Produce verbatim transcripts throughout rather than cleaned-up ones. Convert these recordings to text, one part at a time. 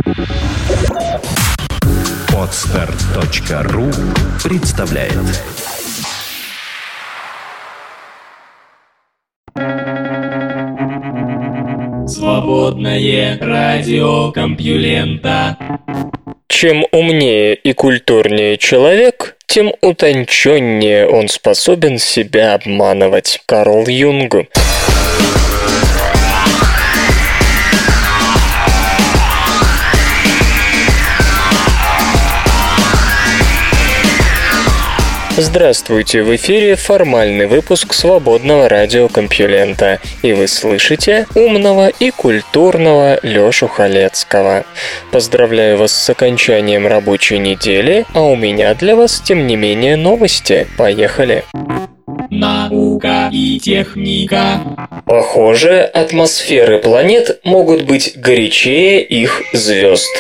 Подстар точка ру представляет. Свободное радио Компьюлента. Чем умнее и культурнее человек, тем утонченнее он способен себя обманывать. Карл Юнг. Здравствуйте, в эфире формальный выпуск свободного радио Компьюлента, и вы слышите умного и культурного Лёшу Халецкого. Поздравляю вас с окончанием рабочей недели, а у меня для вас, тем не менее, новости. Поехали! Наука и техника. Похоже, атмосферы планет могут быть горячее их звезд.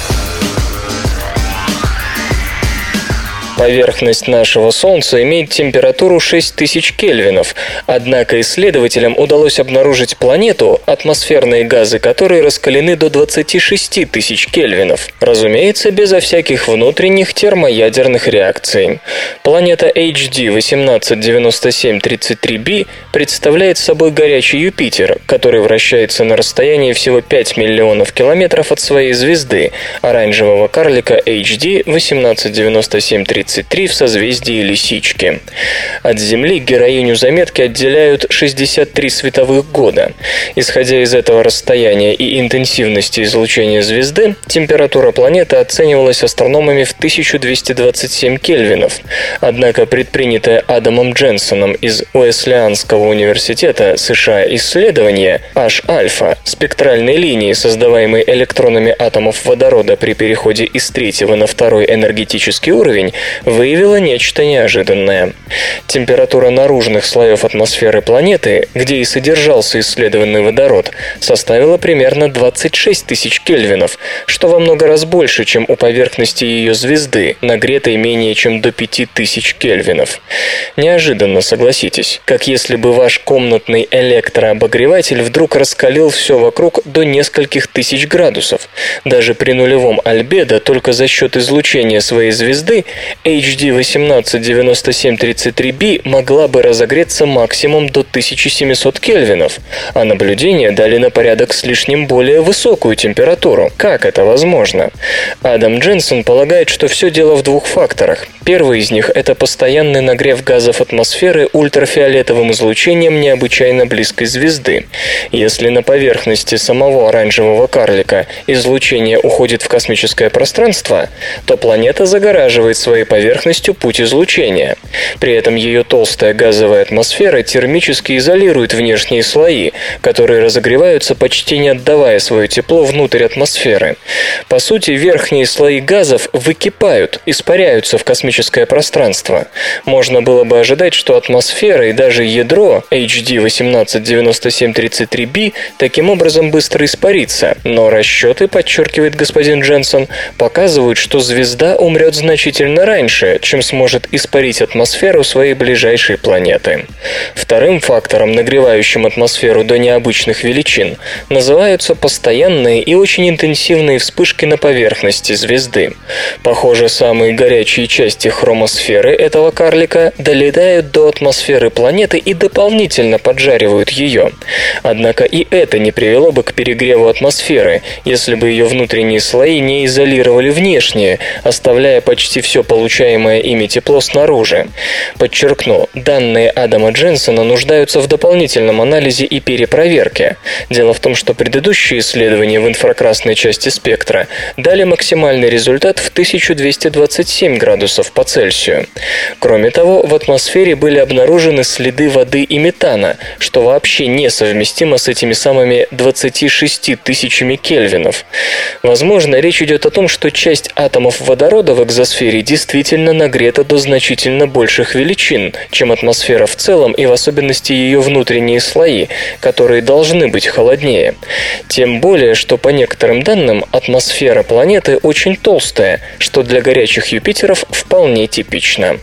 Поверхность нашего Солнца имеет температуру шесть тысяч кельвинов, однако исследователям удалось обнаружить планету, атмосферные газы которой раскалены до двадцати шести тысяч кельвинов, разумеется, безо всяких внутренних термоядерных реакций. Планета эйч ди восемнадцать девяносто семь тридцать три би представляет собой горячий Юпитер, который вращается на расстоянии всего пять миллионов километров от своей звезды, оранжевого карлика эйч ди восемнадцать девяносто семь тридцать три в созвездии Лисички. От Земли героиню заметки отделяют шестьдесят три световых года. Исходя из этого расстояния и интенсивности излучения звезды, температура планеты оценивалась астрономами в тысячу двести двадцать семь кельвинов. Однако предпринятое Адамом Дженсоном из Уэслианского университета США исследование H-альфа спектральной линии, создаваемой электронами атомов водорода при переходе из третьего на второй энергетический уровень, выявила нечто неожиданное. Температура наружных слоев атмосферы планеты, где и содержался исследованный водород, составила примерно двадцать шесть тысяч кельвинов, что во много раз больше, чем у поверхности ее звезды, нагретой менее чем до пяти тысяч кельвинов. Неожиданно, согласитесь, как если бы ваш комнатный электрообогреватель вдруг раскалил все вокруг до нескольких тысяч градусов. Даже при нулевом альбедо только за счет излучения своей звезды эйч ди восемнадцать девяносто семь тридцать три би могла бы разогреться максимум до тысячи семисот кельвинов, а наблюдения дали на порядок с лишним более высокую температуру. Как это возможно? Адам Дженсон полагает, что все дело в двух факторах. Первый из них – это постоянный нагрев газов атмосферы ультрафиолетовым излучением необычайно близкой звезды. Если на поверхности самого оранжевого карлика излучение уходит в космическое пространство, то планета загораживает своей поверхностью путь излучения. При этом ее толстая газовая атмосфера термически изолирует внешние слои, которые разогреваются, почти не отдавая свое тепло внутрь атмосферы. По сути, верхние слои газов выкипают, испаряются в космическое пространство. Можно было бы ожидать, что атмосфера и даже ядро эйч ди восемнадцать девяносто семь тридцать три би таким образом быстро испарится, но расчеты, подчеркивает господин Дженсон, показывают, что звезда умрет значительно раньше, чем сможет испарить атмосферу своей ближайшей планеты. Вторым фактором, нагревающим атмосферу до необычных величин, называются постоянные и очень интенсивные вспышки на поверхности звезды. Похоже, самые горячие части хромосферы этого карлика долетают до атмосферы планеты и дополнительно поджаривают ее. Однако и это не привело бы к перегреву атмосферы, если бы ее внутренние слои не изолировали внешние, оставляя почти все получаемое ими тепло снаружи. Подчеркну, данные Адама Дженсона нуждаются в дополнительном анализе и перепроверке. Дело в том, что предыдущие исследования в инфракрасной части спектра дали максимальный результат в тысячу двести двадцать семь градусов по Цельсию. Кроме того, в атмосфере были обнаружены следы воды и метана, что вообще несовместимо с этими самыми двадцатью шестью тысячами кельвинов. Возможно, речь идет о том, что часть атомов водорода в экзосфере действительно нагрета до значительно больших величин, чем атмосфера в целом и в особенности ее внутренние слои, которые должны быть холоднее. Тем более, что по некоторым данным атмосфера планеты очень толстая, что для горячих Юпитеров вполне типично.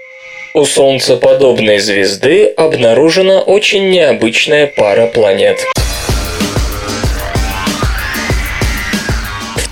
У солнцеподобной звезды обнаружена очень необычная пара планет. В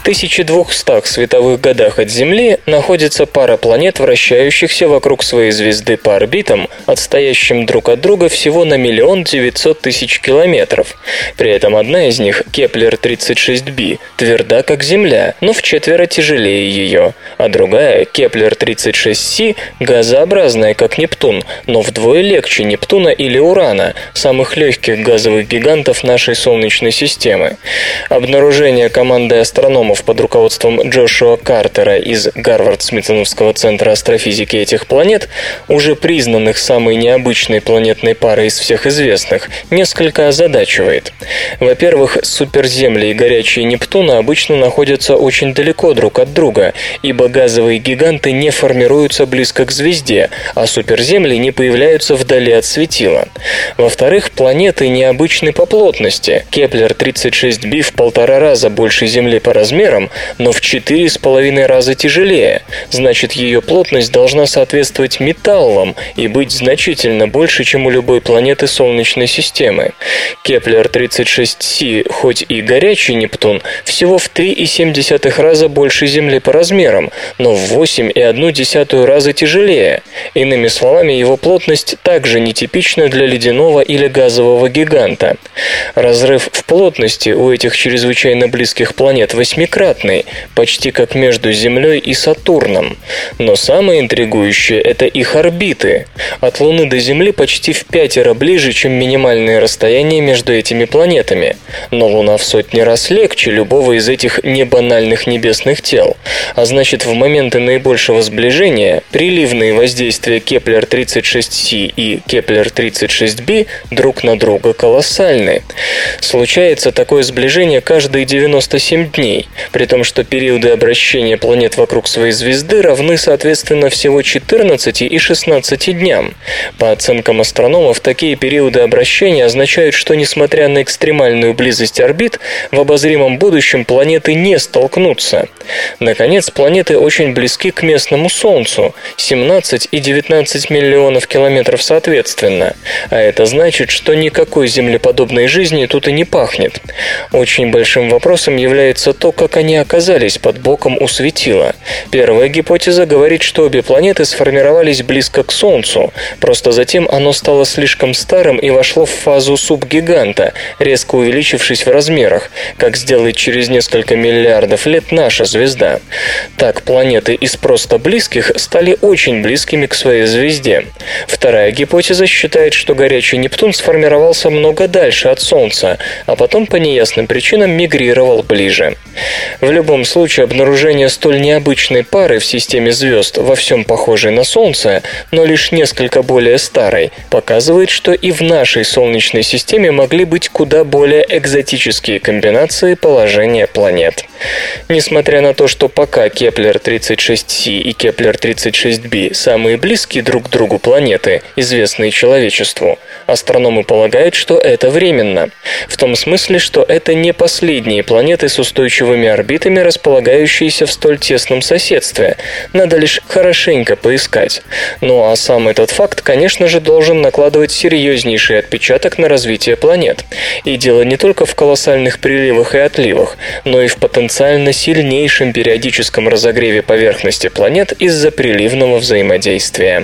тысячи двухстах световых годах от Земли находится пара планет, вращающихся вокруг своей звезды по орбитам, отстоящим друг от друга всего на миллион девятьсот тысяч километров. При этом одна из них, Кеплер тридцать шесть би, тверда как Земля, но вчетверо тяжелее ее, а другая, Кеплер тридцать шесть си, газообразная как Нептун, но вдвое легче Нептуна или Урана, самых легких газовых гигантов нашей Солнечной системы. Обнаружение командой астрономов под руководством Джошуа Картера из Гарвард-Смитсоновского центра астрофизики этих планет, уже признанных самой необычной планетной парой из всех известных, несколько озадачивает. Во-первых, суперземли и горячие Нептуны обычно находятся очень далеко друг от друга, ибо газовые гиганты не формируются близко к звезде, а суперземли не появляются вдали от светила. Во-вторых, планеты необычны по плотности. Кеплер тридцать шесть би в полтора раза больше Земли по размерам, но в четыре с половиной раза тяжелее. Значит, ее плотность должна соответствовать металлам и быть значительно больше, чем у любой планеты Солнечной системы. Кеплер тридцать шесть си, хоть и горячий Нептун, всего в три и семь десятых раза больше Земли по размерам, но в восемь и одну десятую раза тяжелее. Иными словами, его плотность также нетипична для ледяного или газового гиганта. Разрыв в плотности у этих чрезвычайно близких планет восьмикратный, почти как между Землей и Сатурном. Но самое интригующее – это их орбиты. От Луны до Земли почти в пятеро ближе, чем минимальное расстояние между этими планетами. Но Луна в сотни раз легче любого из этих небанальных небесных тел. А значит, в моменты наибольшего сближения приливные воздействия Кеплер тридцать шесть си и Кеплер тридцать шесть би друг на друга колоссальны. Случается такое сближение каждые девяносто семь дней, при том, что периоды обращения планет вокруг своей звезды равны, соответственно, всего четырнадцати и шестнадцати дням. По оценкам астрономов, такие периоды обращения означают, что, несмотря на экстремальную близость орбит, в обозримом будущем планеты не столкнутся. Наконец, планеты очень близки к местному Солнцу – семнадцать и девятнадцать миллионов километров соответственно. А это значит, что никакой землеподобной жизни тут и не пахнет. Очень большим вопросом является то, как они оказались под боком у светила. Первая гипотеза говорит, что обе планеты сформировались близко к Солнцу, просто затем оно стало слишком старым и вошло в фазу субгиганта, резко увеличившись в размерах, как сделает через несколько миллиардов лет наша звезда. Так, планеты из просто близких стали очень близкими к своей звезде. Вторая гипотеза считает, что горячий Нептун сформировался много дальше от Солнца, а потом по неясным причинам мигрировал ближе. В любом случае, обнаружение столь необычной пары в системе звезд, во всем похожей на Солнце, но лишь несколько более старой, показывает, что и в нашей Солнечной системе могли быть куда более экзотические комбинации положения планет. Несмотря на то, что пока Кеплер тридцать шесть си и Кеплер тридцать шесть би самые близкие друг к другу планеты, известные человечеству, астрономы полагают, что это временно. В том смысле, что это не последние планеты с устойчивыми орбитами, располагающиеся в столь тесном соседстве. Надо лишь хорошенько поискать. Ну а сам этот факт, конечно же, должен накладывать серьезнейший отпечаток на развитие планет. И дело не только в колоссальных приливах и отливах, но и в потенциально сильнейшем периодическом разогреве поверхности планет из-за приливного взаимодействия.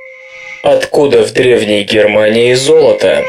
Откуда в Древней Германии золото?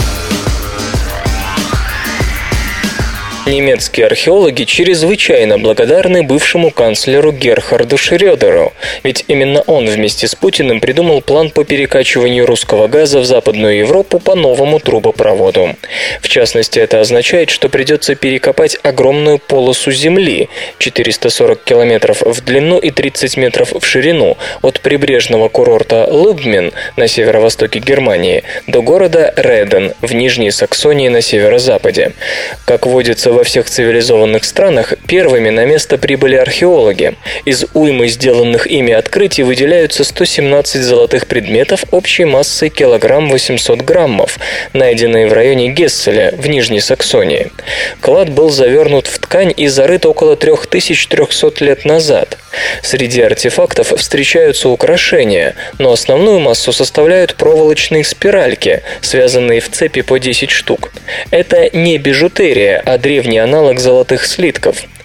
Немецкие археологи чрезвычайно благодарны бывшему канцлеру Герхарду Шрёдеру, ведь именно он вместе с Путиным придумал план по перекачиванию русского газа в Западную Европу по новому трубопроводу. В частности, это означает, что придется перекопать огромную полосу земли – четыреста сорок километров в длину и тридцать метров в ширину от прибрежного курорта Лубмин на северо-востоке Германии до города Реден в Нижней Саксонии на северо-западе. Как водится во всех цивилизованных странах, первыми на место прибыли археологи. Из уймы сделанных ими открытий выделяются сто семнадцать золотых предметов общей массой килограмм восемьсот граммов, найденные в районе Гесселя в Нижней Саксонии. Клад был завернут в ткань и зарыт около три тысячи триста лет назад. Среди артефактов встречаются украшения, но основную массу составляют проволочные спиральки, связанные в цепи по десять штук. Это не бижутерия, а древний аналог золотых слитков.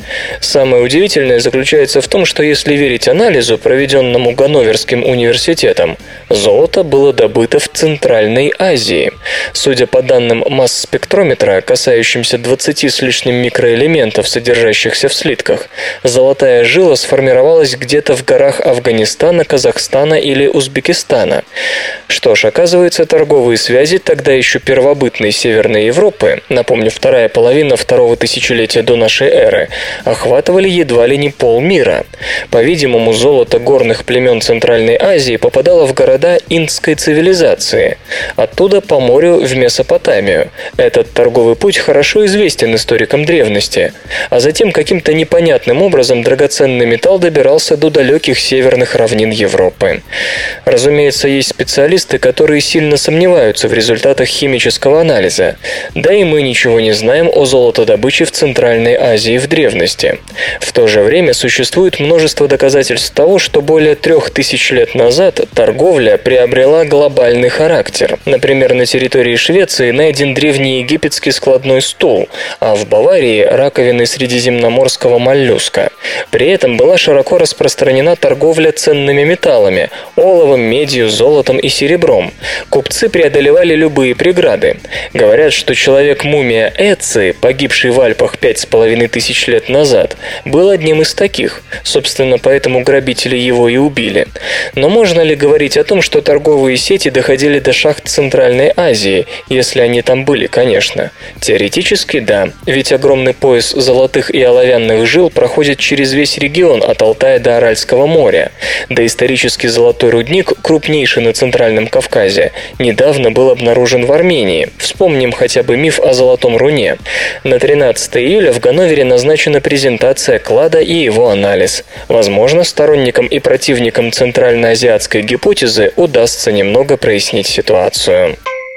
Самое удивительное заключается в том, что если верить анализу, проведенному Ганноверским университетом, золото было добыто в Центральной Азии. Судя по данным масс-спектрометра, касающимся двадцати с лишним микроэлементов, содержащихся в слитках, золотая жила сформировалась где-то в горах Афганистана, Казахстана или Узбекистана. Что ж, оказывается, торговые связи тогда еще первобытной Северной Европы, напомню, вторая половина второго тысячелетия до нашей эры, охватывали едва ли не полмира. По-видимому, золото горных племен Центральной Азии попадало в города индской цивилизации, оттуда по морю в Месопотамию. Этот торговый путь хорошо известен историкам древности, а затем каким-то непонятным образом драгоценный металл добирался до далеких северных равнин Европы. Разумеется, есть специалисты, которые сильно сомневаются в результатах химического анализа, да и мы ничего не знаем о золотодобыче в Центральной Азии в древности. В то же время существует множество доказательств того, что более трех тысяч лет назад торговля приобрела глобальный характер. Например, на территории Швеции найден древний египетский складной стул, а в Баварии – раковины средиземноморского моллюска. При этом была широко распространена торговля ценными металлами – оловом, медью, золотом и серебром. Купцы преодолевали любые преграды. Говорят, что человек-мумия Эци, погибший в Альпах пять с половиной тысяч лет назад, был одним из таких. Собственно, поэтому грабители его и убили. Но можно ли говорить о том, что торговые сети доходили до шахт Центральной Азии, если они там были, конечно? Теоретически да, ведь огромный пояс золотых и оловянных жил проходит через весь регион от Алтая до Аральского моря. Доисторический золотой рудник, крупнейший на Центральном Кавказе, недавно был обнаружен в Армении. Вспомним хотя бы миф о Золотом Руне. На тринадцатое июля в Ганновере назначена презентация клада и его анализ. Возможно, сторонникам и противникам центральноазиатской гипотезы удастся немного прояснить ситуацию.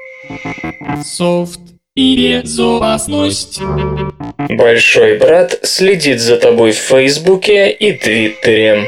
Софт и безопасность. Большой брат следит за тобой в Фейсбуке и Твиттере.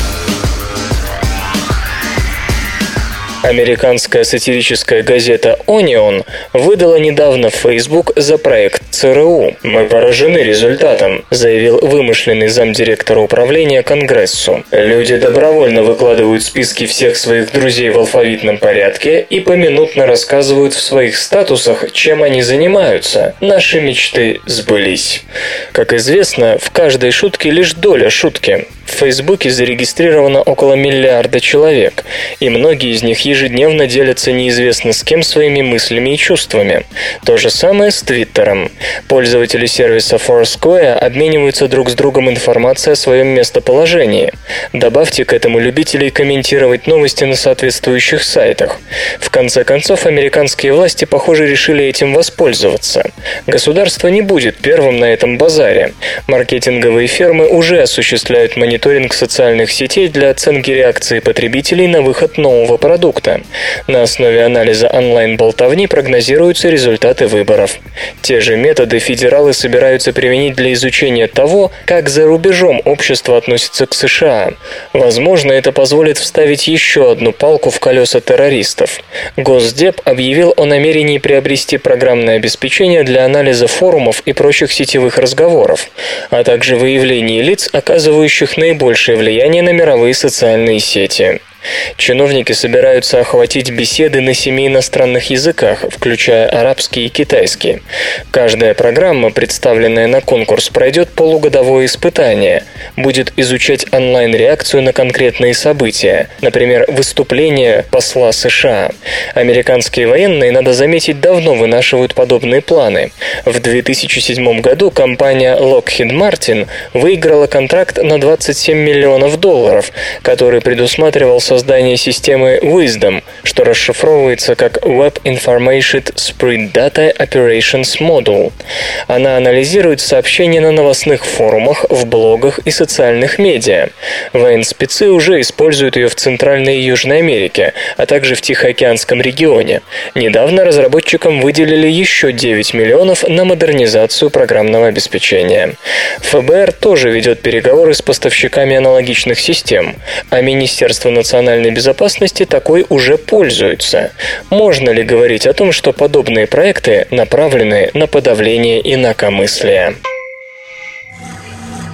Американская сатирическая газета Onion выдала недавно в Facebook за проект ЦРУ. «Мы поражены результатом», заявил вымышленный замдиректора управления Конгрессу. «Люди добровольно выкладывают списки всех своих друзей в алфавитном порядке и поминутно рассказывают в своих статусах, чем они занимаются. Наши мечты сбылись». Как известно, в каждой шутке лишь доля шутки. В Фейсбуке зарегистрировано около миллиарда человек, и многие из них ежедневно делятся неизвестно с кем своими мыслями и чувствами. То же самое с Твиттером. Пользователи сервиса Foursquare обмениваются друг с другом информацией о своем местоположении. Добавьте к этому любителей комментировать новости на соответствующих сайтах. В конце концов, американские власти, похоже, решили этим воспользоваться. Государство не будет первым на этом базаре. Маркетинговые фирмы уже осуществляют мониторинг мониторинг социальных сетей для оценки реакции потребителей на выход нового продукта. На основе анализа онлайн-болтовни прогнозируются результаты выборов. Те же методы федералы собираются применить для изучения того, как за рубежом общество относится к США. Возможно, это позволит вставить еще одну палку в колеса террористов. Госдеп объявил о намерении приобрести программное обеспечение для анализа форумов и прочих сетевых разговоров, а также выявления лиц, оказывающих наибольшее влияние на мировые социальные сети. Чиновники собираются охватить беседы на семи иностранных языках, включая арабский и китайский. Каждая программа, представленная на конкурс, пройдет полугодовое испытание, будет изучать онлайн-реакцию на конкретные события, например, выступление посла США. Американские военные, надо заметить, давно вынашивают подобные планы. В две тысячи седьмом году компания Lockheed Martin выиграла контракт на двадцать семь миллионов долларов, который предусматривал создание системы Wisdom, что расшифровывается как Web Information Spread Data Operations Module. Она анализирует сообщения на новостных форумах, в блогах и социальных медиа. Военспецы уже используют ее в Центральной и Южной Америке, а также в Тихоокеанском регионе. Недавно разработчикам выделили еще девять миллионов на модернизацию программного обеспечения. ФБР тоже ведет переговоры с поставщиками аналогичных систем, а Министерство национальной безопасности такой уже пользуется. Можно ли говорить о том, что подобные проекты направлены на подавление инакомыслия?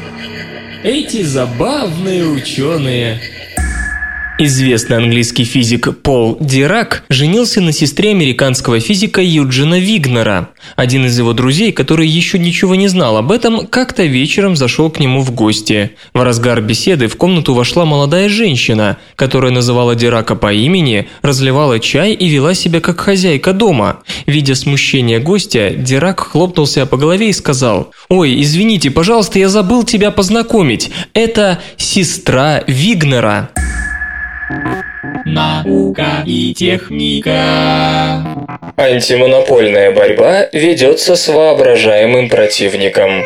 Эти забавные ученые. Известный английский физик Пол Дирак женился на сестре американского физика Юджина Вигнера. Один из его друзей, который еще ничего не знал об этом, как-то вечером зашел к нему в гости. В разгар беседы в комнату вошла молодая женщина, которая называла Дирака по имени, разливала чай и вела себя как хозяйка дома. Видя смущение гостя, Дирак хлопнул себя по голове и сказал: «Ой, извините, пожалуйста, я забыл тебя познакомить. Это сестра Вигнера». Наука и техника. Антимонопольная борьба ведется с воображаемым противником.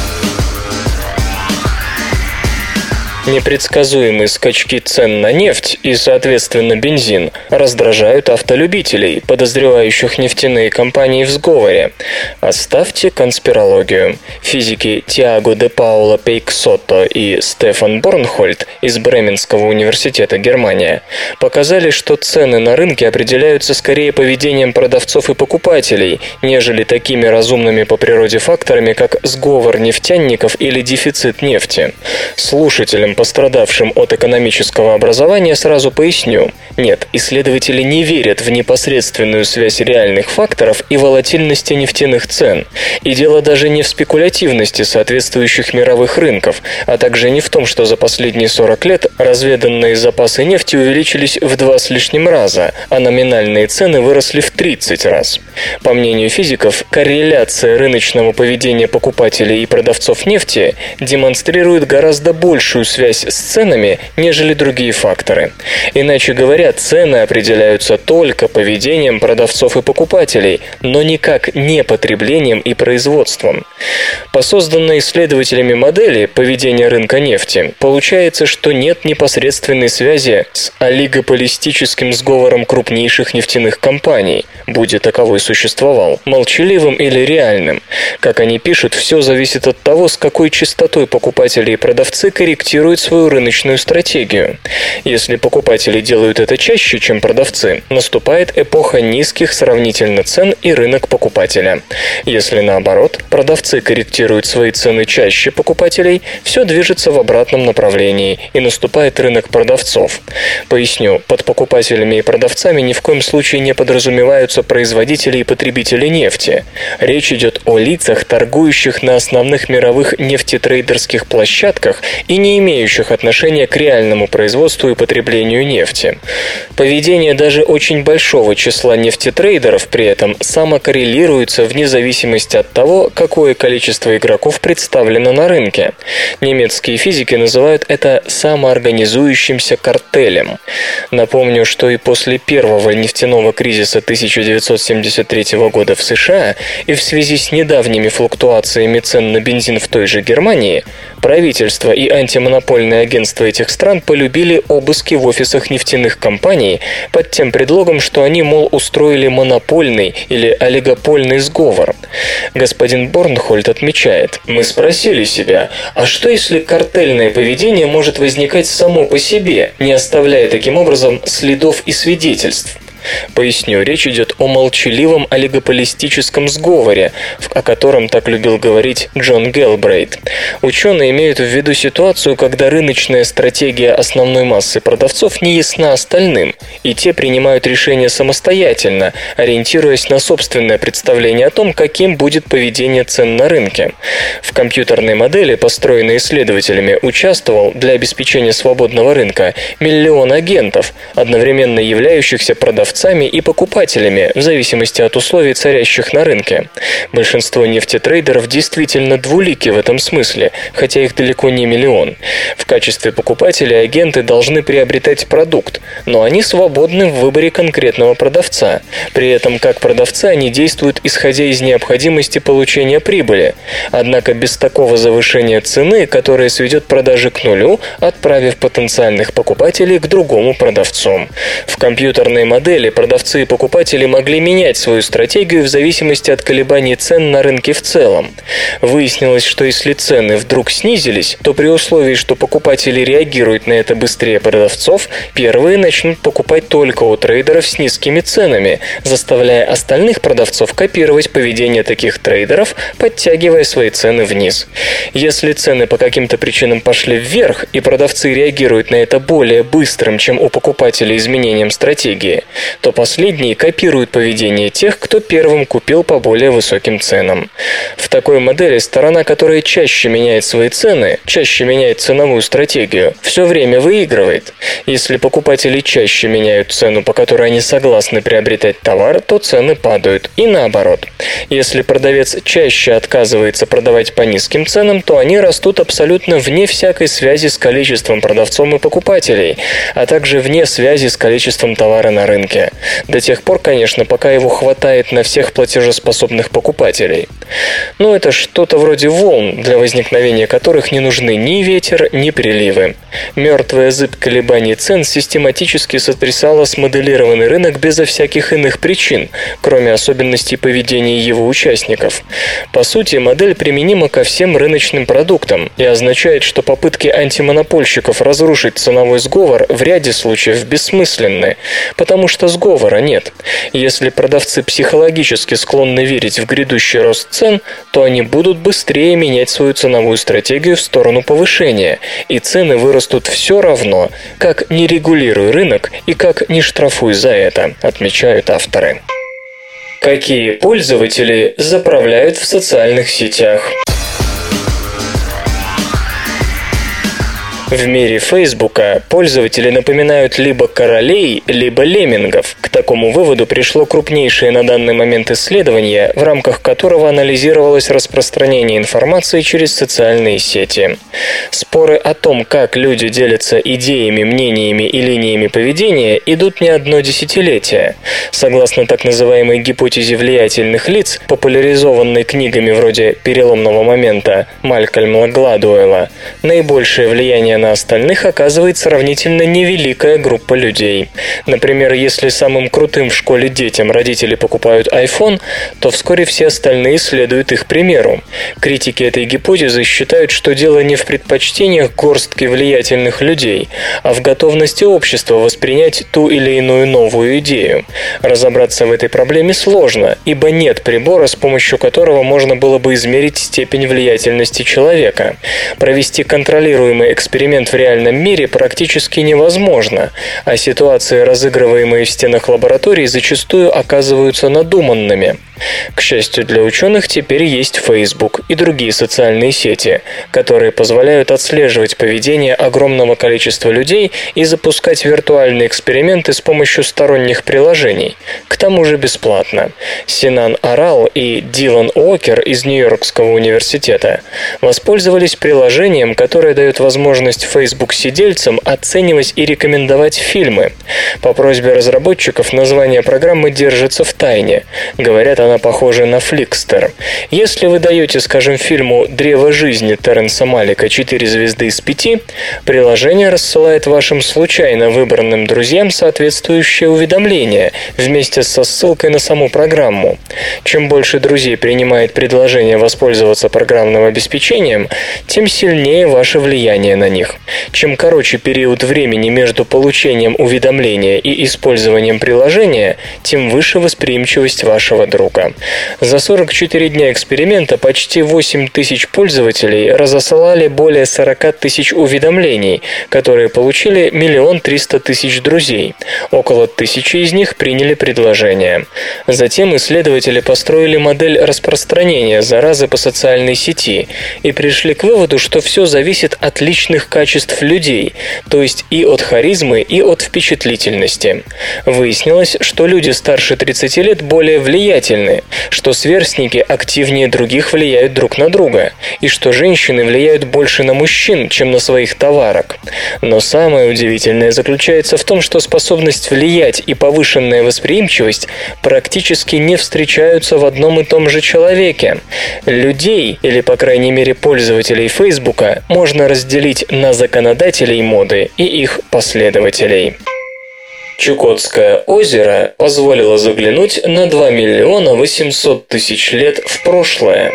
Непредсказуемые скачки цен на нефть и, соответственно, бензин раздражают автолюбителей, подозревающих нефтяные компании в сговоре. Оставьте конспирологию. Физики Тиаго де Паула Пейксотто и Стефан Борнхольд из Бременского университета, Германия, показали, что цены на рынке определяются скорее поведением продавцов и покупателей, нежели такими разумными по природе факторами, как сговор нефтяников или дефицит нефти. Слушателям, пострадавшим от экономического образования, сразу поясню. Нет, исследователи не верят в непосредственную связь реальных факторов и волатильности нефтяных цен. И дело даже не в спекулятивности соответствующих мировых рынков, а также не в том, что за последние сорок лет разведанные запасы нефти увеличились в два с лишним раза, а номинальные цены выросли в тридцать раз. По мнению физиков, корреляция рыночного поведения покупателей и продавцов нефти демонстрирует гораздо большую связь с ценами, нежели другие факторы. Иначе говоря, цены определяются только поведением продавцов и покупателей, но никак не потреблением и производством. По созданной исследователями модели поведения рынка нефти получается, что нет непосредственной связи с олигополистическим сговором крупнейших нефтяных компаний, будь таковой существовал, молчаливым или реальным. Как они пишут, все зависит от того, с какой частотой покупатели и продавцы корректируют свою рыночную стратегию. Если покупатели делают это чаще, чем продавцы, наступает эпоха низких сравнительно цен и рынок покупателя. Если наоборот, продавцы корректируют свои цены чаще покупателей, все движется в обратном направлении и наступает рынок продавцов. Поясню, под покупателями и продавцами ни в коем случае не подразумеваются производители и потребители нефти. Речь идет о лицах, торгующих на основных мировых нефтетрейдерских площадках и не имеющих отношения к реальному производству и потреблению нефти. Поведение даже очень большого числа нефтетрейдеров при этом самокоррелируется вне зависимости от того, какое количество игроков представлено на рынке. Немецкие физики называют это самоорганизующимся картелем. Напомню, что и после первого нефтяного кризиса тысяча девятьсот семьдесят третьего года в США и в связи с недавними флуктуациями цен на бензин в той же Германии, правительство и антимонопольные агентства этих стран полюбили обыски в офисах нефтяных компаний под тем предлогом, что они, мол, устроили монопольный или олигопольный сговор. Господин Борнхольд отмечает: «Мы спросили себя, а что если картельное поведение может возникать само по себе, не оставляя таким образом следов и свидетельств?» Поясню, речь идет о молчаливом олигополистическом сговоре, о котором так любил говорить Джон Гелбрейт. Ученые имеют в виду ситуацию, когда рыночная стратегия основной массы продавцов не ясна остальным, и те принимают решения самостоятельно, ориентируясь на собственное представление о том, каким будет поведение цен на рынке. В компьютерной модели, построенной исследователями, участвовал для обеспечения свободного рынка миллион агентов, одновременно являющихся продавцами и покупателями в зависимости от условий, царящих на рынке. Большинство нефтетрейдеров действительно двулики в этом смысле, хотя их далеко не миллион. В качестве покупателей агенты должны приобретать продукт, но они свободны в выборе конкретного продавца. При этом, как продавцы, они действуют исходя из необходимости получения прибыли. Однако без такого завышения цены, которое сведет продажи к нулю, отправив потенциальных покупателей к другому продавцу. В компьютерной модели деле продавцы и покупатели могли менять свою стратегию в зависимости от колебаний цен на рынке в целом. Выяснилось, что если цены вдруг снизились, то при условии, что покупатели реагируют на это быстрее продавцов, первые начнут покупать только у трейдеров с низкими ценами, заставляя остальных продавцов копировать поведение таких трейдеров, подтягивая свои цены вниз. Если цены по каким-то причинам пошли вверх, и продавцы реагируют на это более быстрым, чем у покупателей изменением стратегии, то последние копируют поведение тех, кто первым купил по более высоким ценам. В такой модели сторона, которая чаще меняет свои цены, чаще меняет ценовую стратегию, все время выигрывает. Если покупатели чаще меняют цену, по которой они согласны приобретать товар, то цены падают. И наоборот. Если продавец чаще отказывается продавать по низким ценам, то они растут абсолютно вне всякой связи с количеством продавцов и покупателей, а также вне связи с количеством товара на рынке. До тех пор, конечно, пока его хватает на всех платежеспособных покупателей. Но это что-то вроде волн, для возникновения которых не нужны ни ветер, ни приливы. Мертвая зыбь колебаний цен систематически сотрясала смоделированный рынок безо всяких иных причин, кроме особенностей поведения его участников. По сути, модель применима ко всем рыночным продуктам и означает, что попытки антимонопольщиков разрушить ценовой сговор в ряде случаев бессмысленны, потому что сговора нет. Если продавцы психологически склонны верить в грядущий рост цен, то они будут быстрее менять свою ценовую стратегию в сторону повышения, и цены вырастут все равно, как не регулируй рынок и как не штрафуй за это, отмечают авторы. Какие пользователи заправляют в социальных сетях? В мире Фейсбука пользователи напоминают либо королей, либо леммингов. К такому выводу пришло крупнейшее на данный момент исследование, в рамках которого анализировалось распространение информации через социальные сети. Споры о том, как люди делятся идеями, мнениями и линиями поведения, идут не одно десятилетие. Согласно так называемой гипотезе влиятельных лиц, популяризованной книгами вроде «Переломного момента» Малькольма Гладуэлла, наибольшее влияние на остальных оказывает сравнительно невеликая группа людей. Например, если самым крутым в школе детям родители покупают iPhone, то вскоре все остальные следуют их примеру. Критики этой гипотезы считают, что дело не в предпочтениях горстки влиятельных людей, а в готовности общества воспринять ту или иную новую идею. Разобраться в этой проблеме сложно, ибо нет прибора, с помощью которого можно было бы измерить степень влиятельности человека. Провести контролируемый эксперимент в реальном мире практически невозможно, а ситуации, разыгрываемые в стенах лабораторий, зачастую оказываются надуманными. К счастью для ученых, теперь есть Facebook и другие социальные сети, которые позволяют отслеживать поведение огромного количества людей и запускать виртуальные эксперименты с помощью сторонних приложений, к тому же бесплатно. Синан Арал и Дилан Уокер из Нью-Йоркского университета воспользовались приложением, которое дает возможность Facebook-сидельцам оценивать и рекомендовать фильмы. По просьбе разработчиков название программы держится в тайне. Говорят, она похожа на Flickster. Если вы даете, скажем, фильму «Древо жизни» Терренса Малика четыре звезды из пяти, приложение рассылает вашим случайно выбранным друзьям соответствующее уведомление вместе со ссылкой на саму программу. Чем больше друзей принимает предложение воспользоваться программным обеспечением, тем сильнее ваше влияние на них. Чем короче период времени между получением уведомления и использованием приложения, тем выше восприимчивость вашего друга. За сорок четыре дня эксперимента почти восемь тысяч пользователей разосылали более сорок тысяч уведомлений, которые получили миллион триста тысяч друзей. Около тысячи из них приняли предложение. Затем исследователи построили модель распространения заразы по социальной сети и пришли к выводу, что все зависит от личных качеств людей, то есть и от харизмы, и от впечатлительности. Выяснилось, что люди старше тридцати лет более влиятельны, что сверстники активнее других влияют друг на друга, и что женщины влияют больше на мужчин, чем на своих товарок. Но самое удивительное заключается в том, что способность влиять и повышенная восприимчивость практически не встречаются в одном и том же человеке. Людей, или по крайней мере пользователей Фейсбука, можно разделить на законодателей моды и их последователей. Чукотское озеро позволило заглянуть на два миллиона восемьсот тысяч лет в прошлое.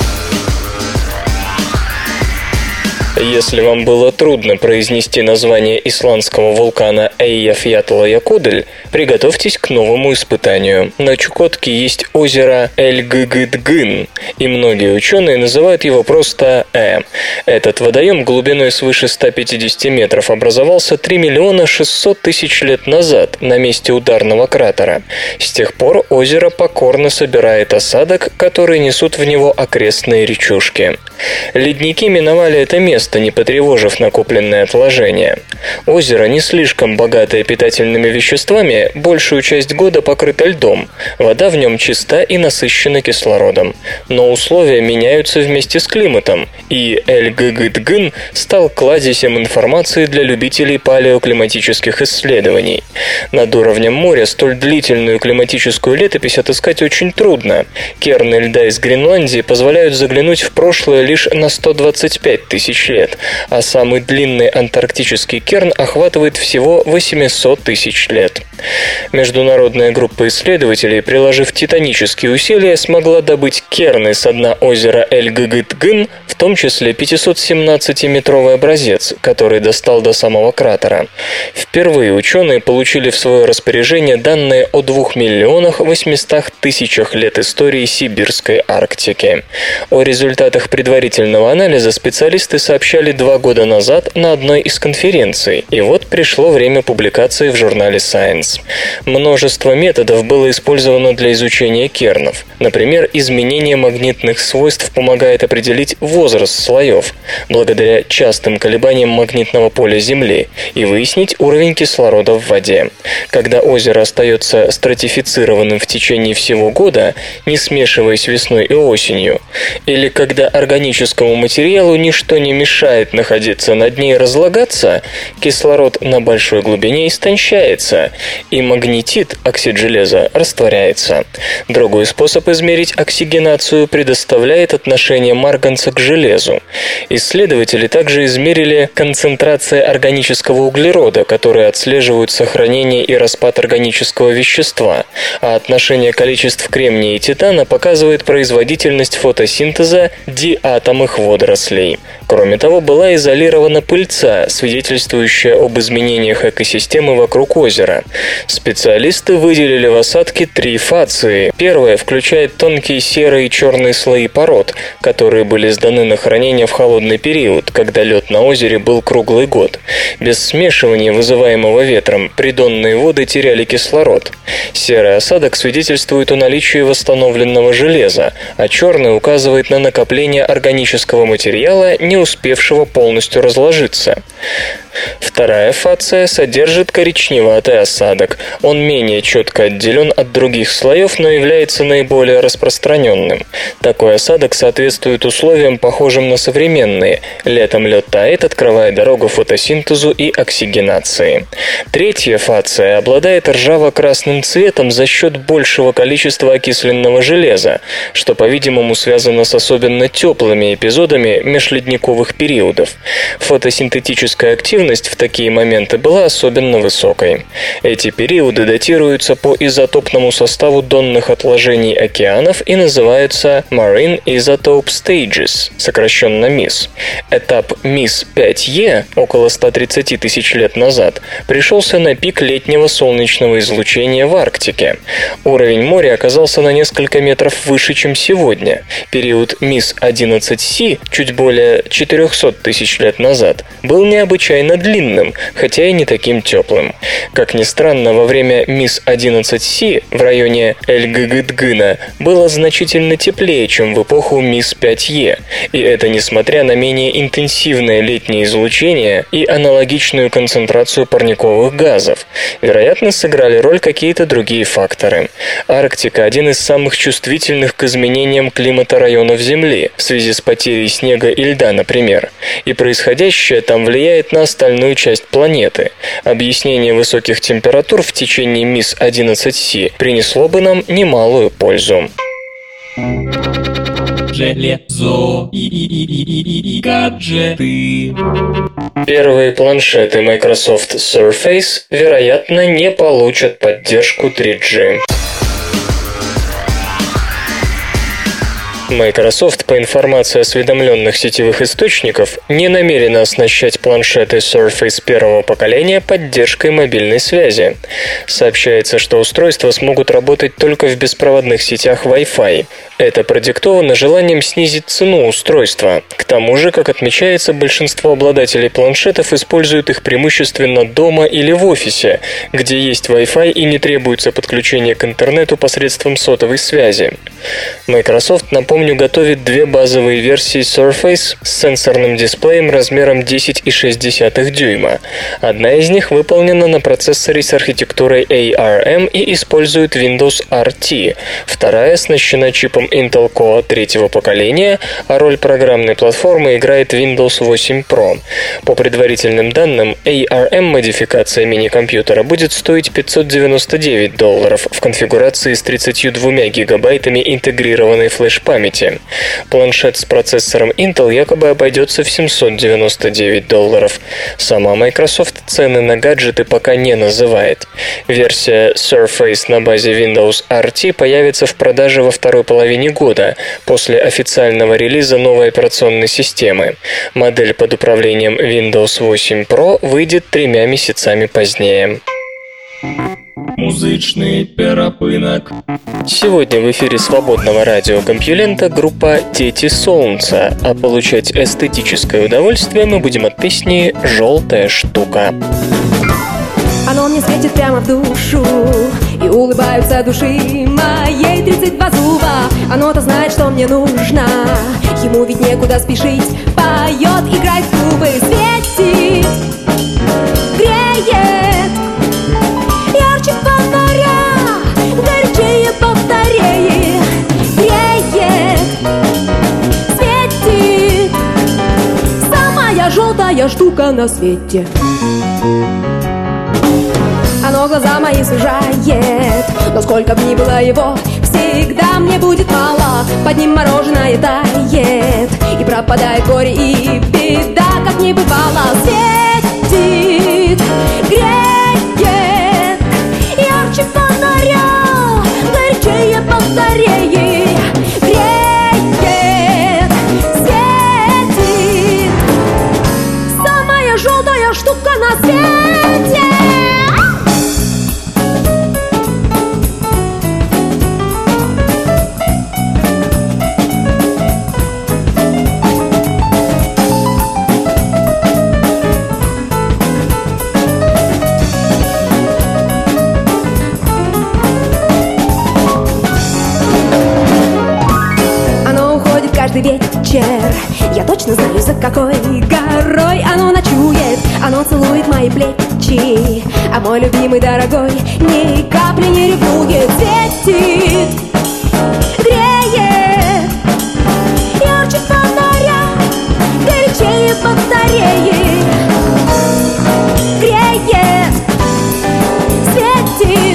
Если вам было трудно произнести название исландского вулкана Эйяфьятла-Якудель, приготовьтесь к новому испытанию. На Чукотке есть озеро Эль-Гыгыдгын, и многие ученые называют его просто Э. Этот водоем глубиной свыше ста пятидесяти метров образовался три миллиона шестьсот тысяч лет назад на месте ударного кратера. С тех пор озеро покорно собирает осадок, который несут в него окрестные речушки. Ледники миновали это место, не потревожив накопленное отложение. Озеро не слишком богатое питательными веществами, большую часть года покрыто льдом. Вода в нем чиста и насыщена кислородом. Но условия меняются вместе с климатом, и Эль-Гыгыдгын стал кладезем информации для любителей палеоклиматических исследований. Над уровнем моря столь длительную климатическую летопись отыскать очень трудно. Керны льда из Гренландии позволяют заглянуть в прошлое лишь на сто двадцать пять тысяч лет, а самый длинный антарктический керн охватывает всего восемьсот тысяч лет. Международная группа исследователей, приложив титанические усилия, смогла добыть керны с дна озера Эль-Гыгыдгын, в том числе пятисотсемнадцатиметровый образец, который достал до самого кратера. Впервые ученые получили в свое распоряжение данные о двух миллионах восьмистах тысячах лет истории Сибирской Арктики. О результатах предварительного анализа специалисты сообщали два года назад на одной из конференций, и вот пришло время публикации в журнале Science. Множество методов было использовано для изучения кернов. Например, изменение магнитных свойств помогает определить возраст слоев, благодаря частым колебаниям магнитного поля Земли, и выяснить уровень кислорода в воде. Когда озеро остается стратифицированным в течение всего года, не смешиваясь весной и осенью, или когда органическому материалу ничто не мешает находиться на дне и разлагаться, кислород на большой глубине истончается, и магнетит, оксид железа, растворяется. Другой способ измерить оксигенацию предоставляет отношение марганца к железу. Исследователи также измерили концентрации органического углерода, которые отслеживают сохранение и распад органического вещества, а отношение количеств кремния и титана показывает производительность фотосинтеза диатомных водорослей. Кроме того, была изолирована пыльца, свидетельствующая об изменениях экосистемы вокруг озера. Специалисты выделили в осадке три фации. Первая включает тонкие серые и черные слои пород, которые были сданы на хранение в холодный период, когда лед на озере был круглый год. Без смешивания, вызываемого ветром, придонные воды теряли кислород. Серый осадок свидетельствует о наличии восстановленного железа, а черный указывает на накопление органического материала, не успевшего полностью разложиться. Вторая фация содержит коричневатый осадок. Он менее четко отделен от других слоев, но является наиболее распространенным. Такой осадок соответствует условиям, похожим на современные. Летом лед тает, открывая дорогу фотосинтезу и оксигенации. Третья фация обладает ржаво-красным цветом за счет большего количества окисленного железа, что, по-видимому, связано с особенно теплыми эпизодами межледниковых периодов. Фотосинтетическая активность в такие моменты была особенно высокой. Эти периоды датируются по изотопному составу донных отложений океанов и называются Marine Isotope Stages, сокращенно МИС. Этап МИС пять Е, около ста тридцати тысяч лет назад, пришелся на пик летнего солнечного излучения в Арктике. Уровень моря оказался на несколько метров выше, чем сегодня. Период МИС одиннадцать Си, чуть более четырехсот тысяч лет назад, был необычайно длинным, хотя и не таким теплым. Как ни странно, во время МИС одиннадцать Си в районе Эль-Гыгыдгына было значительно теплее, чем в эпоху МИС пять Е, и это несмотря на менее интенсивное летнее излучение и аналогичную концентрацию парниковых газов. Вероятно, сыграли роль какие-то другие факторы. Арктика – один из самых чувствительных к изменениям климата районов Земли, в связи с потерей снега и льда, например, и происходящее там влияет на остальную часть планеты. Объяснение высоких температур в течение МИС одиннадцать Си принесло бы нам немалую пользу. железо и, и, и, и, и, и гаджеты. Первые планшеты Microsoft Surface, вероятно, не получат поддержку три джи. Microsoft, по информации осведомленных сетевых источников, не намерена оснащать планшеты Surface первого поколения поддержкой мобильной связи. Сообщается, что устройства смогут работать только в беспроводных сетях Wi-Fi. Это продиктовано желанием снизить цену устройства. К тому же, как отмечается, большинство обладателей планшетов используют их преимущественно дома или в офисе, где есть Wi-Fi и не требуется подключение к интернету посредством сотовой связи. Microsoft, напомню, готовит две базовые версии Surface с сенсорным дисплеем размером десять и шесть десятых дюйма. Одна из них выполнена на процессоре с архитектурой эй ар эм и использует Windows ар ти. Вторая оснащена чипом Intel Core третьего поколения, а роль программной платформы играет Windows восемь Pro. По предварительным данным, эй ар эм-модификация мини-компьютера будет стоить пятьсот девяносто девять долларов в конфигурации с тридцатью двумя гигабайтами интегрированной флеш-памяти. Планшет с процессором Intel якобы обойдется в семьсот девяносто девять долларов. Сама Microsoft цены на гаджеты пока не называет. Версия Surface на базе Windows ар ти появится в продаже во второй половине года, после официального релиза новой операционной системы. Модель под управлением Windows восемь Pro выйдет тремя месяцами позднее. Музычный перепынок. Сегодня в эфире свободного радиокомпьюлента группа «Дети Солнца», а получать эстетическое удовольствие мы будем от песни «Желтая штука». Оно мне светит прямо в душу, и улыбаются души моей тридцать два зуба. Оно-то знает, что мне нужно, ему ведь некуда спешить. Поет, играет в клубы, светит, греет, ярче фонаря, горячее батареи. Греет, светит, самая желтая штука на свете. Оно глаза мои сужает, но сколько бы ни было его, всегда мне будет мало. Под ним мороженое тает, и пропадает горе и беда, как не бывало. Светит, греет, ярче фонаря, горячее батареи. Греет, светит, самая желтая штука на свете. Каждый вечер я точно знаю, за какой горой оно ночует. Оно целует мои плечи, а мой любимый дорогой ни капли не ревнует. Светит, греет, ярче фонаря, горячее батареи. Греет, светит,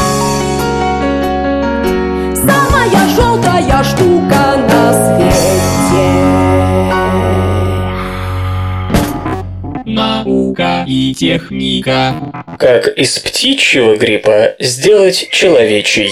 самая желтая штука на свете. Наука и техника. Как из птичьего гриппа сделать человечий.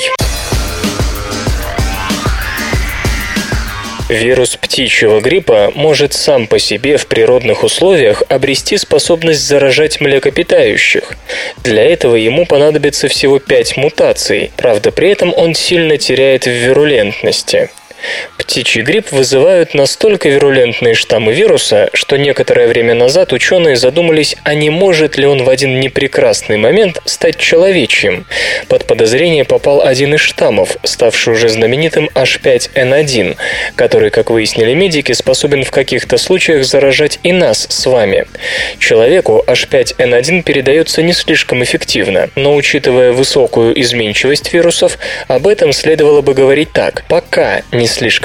Вирус птичьего гриппа может сам по себе в природных условиях обрести способность заражать млекопитающих. Для этого ему понадобится всего пять мутаций, правда при этом он сильно теряет в вирулентности. Птичий грипп вызывают настолько вирулентные штаммы вируса, что некоторое время назад ученые задумались, а не может ли он в один непрекрасный момент стать человечьим. Под подозрение попал один из штаммов, ставший уже знаменитым эйч пять эн один, который, как выяснили медики, способен в каких-то случаях заражать и нас с вами. Человеку эйч пять эн один передается не слишком эффективно, но учитывая высокую изменчивость вирусов, об этом следовало бы говорить так: пока не слишком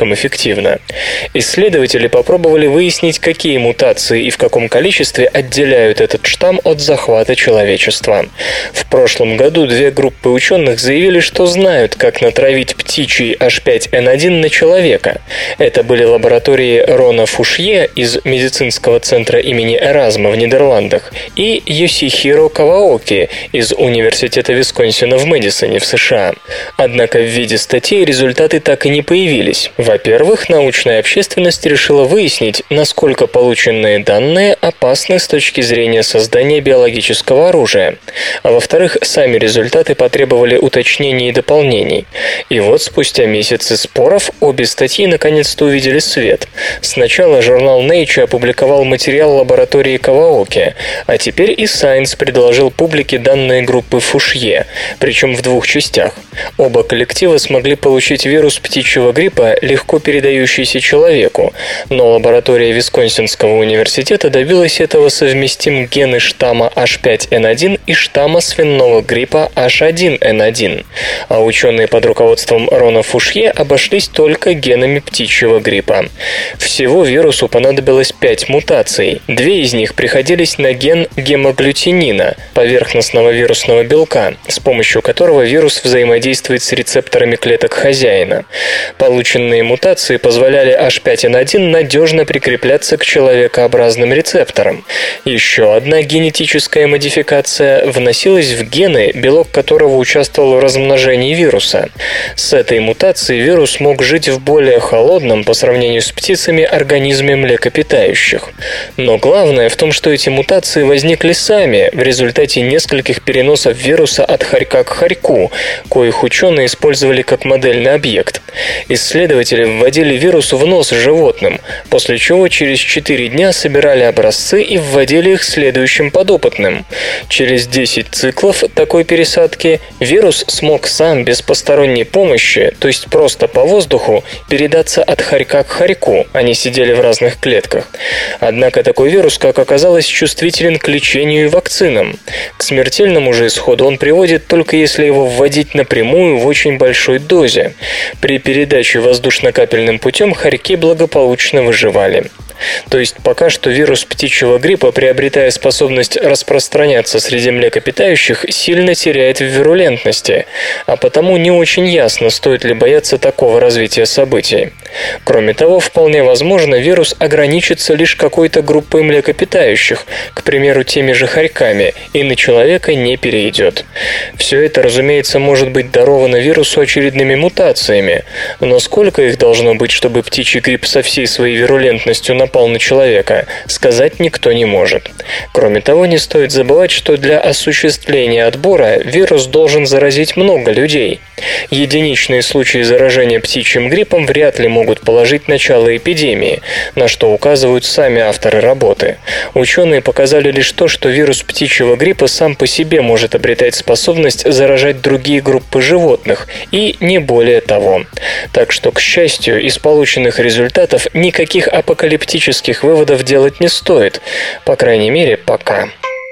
слишком эффективно. Исследователи попробовали выяснить, какие мутации и в каком количестве отделяют этот штамм от захвата человечества. В прошлом году две группы ученых заявили, что знают, как натравить птичий эйч пять эн один на человека. Это были лаборатории Рона Фушье из медицинского центра имени Эразма в Нидерландах и Йосихиро Каваоки из Университета Висконсина в Мэдисоне в США. Однако в виде статей результаты так и не появились. Во-первых, научная общественность решила выяснить, насколько полученные данные опасны с точки зрения создания биологического оружия. А во-вторых, сами результаты потребовали уточнений и дополнений. И вот спустя месяцы споров обе статьи наконец-то увидели свет. Сначала журнал Nature опубликовал материал лаборатории Каваоки, а теперь и Science предложил публике данные группы Фушье, причем в двух частях. Оба коллектива смогли получить вирус птичьего гриппа, легко передающийся человеку, но лаборатория Висконсинского университета добилась этого, совместив гены штамма эйч пять эн один и штамма свиного гриппа эйч один эн один, а ученые под руководством Рона Фушье обошлись только генами птичьего гриппа. Всего вирусу понадобилось пять мутаций. Две из них приходились на ген гемоглютинина, поверхностного вирусного белка, с помощью которого вирус взаимодействует с рецепторами клеток хозяина. Полученные мутации позволяли эйч пять эн один надежно прикрепляться к человекообразным рецепторам. Еще одна генетическая модификация вносилась в гены, белок которого участвовал в размножении вируса. С этой мутацией вирус мог жить в более холодном по сравнению с птицами организме млекопитающих. Но главное в том, что эти мутации возникли сами в результате нескольких переносов вируса от хорька к хорьку, коих ученые использовали как модельный объект. Исследователи вводили вирус в нос животным, после чего через четыре дня собирали образцы и вводили их следующим подопытным. Через десять циклов такой пересадки вирус смог сам без посторонней помощи, то есть просто по воздуху, передаться от хорька к хорьку, они сидели в разных клетках. Однако такой вирус, как оказалось, чувствителен к лечению и вакцинам. К смертельному же исходу он приводит только если его вводить напрямую в очень большой дозе. При передаче воздушно-капельным путем хорьки благополучно выживали. То есть пока что вирус птичьего гриппа, приобретая способность распространяться среди млекопитающих, сильно теряет в вирулентности, а потому не очень ясно, стоит ли бояться такого развития событий. Кроме того, вполне возможно, вирус ограничится лишь какой-то группой млекопитающих, к примеру, теми же хорьками, и на человека не перейдет. Все это, разумеется, может быть даровано вирусу очередными мутациями, но сколько их должно быть, чтобы птичий грипп со всей своей вирулентностью напал на человека, сказать никто не может. Кроме того, не стоит забывать, что для осуществления отбора вирус должен заразить много людей. Единичные случаи заражения птичьим гриппом вряд ли могут положить начало эпидемии, на что указывают сами авторы работы. Ученые показали лишь то, что вирус птичьего гриппа сам по себе может обретать способность заражать другие группы животных, и не более того. Так что, к счастью, из полученных результатов никаких апокалиптических выводов делать не стоит, по крайней мере, пока.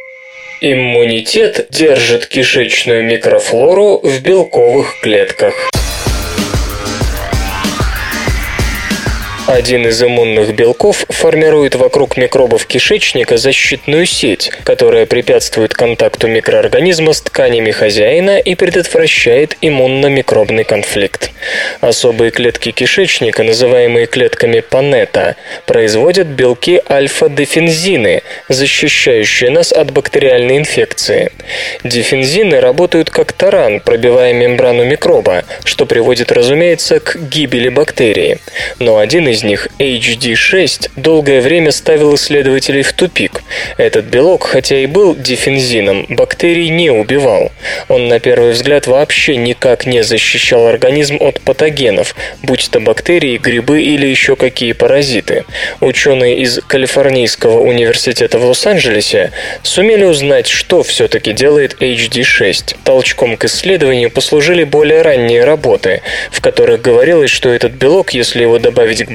Иммунитет держит кишечную микрофлору в белковых клетках. Один из иммунных белков формирует вокруг микробов кишечника защитную сеть, которая препятствует контакту микроорганизма с тканями хозяина и предотвращает иммунно-микробный конфликт. Особые клетки кишечника, называемые клетками Панетта, производят белки альфа-дефензины, защищающие нас от бактериальной инфекции. Дефензины работают как таран, пробивая мембрану микроба, что приводит, разумеется, к гибели бактерии. Но один из из них, эйч ди шесть, долгое время ставил исследователей в тупик. Этот белок, хотя и был дефензином, бактерий не убивал. Он на первый взгляд вообще никак не защищал организм от патогенов, будь то бактерии, грибы или еще какие паразиты. Ученые из Калифорнийского университета в Лос-Анджелесе сумели узнать, что все-таки делает эйч ди шесть. Толчком к исследованию послужили более ранние работы, в которых говорилось, что этот белок, если его добавить к бактериям,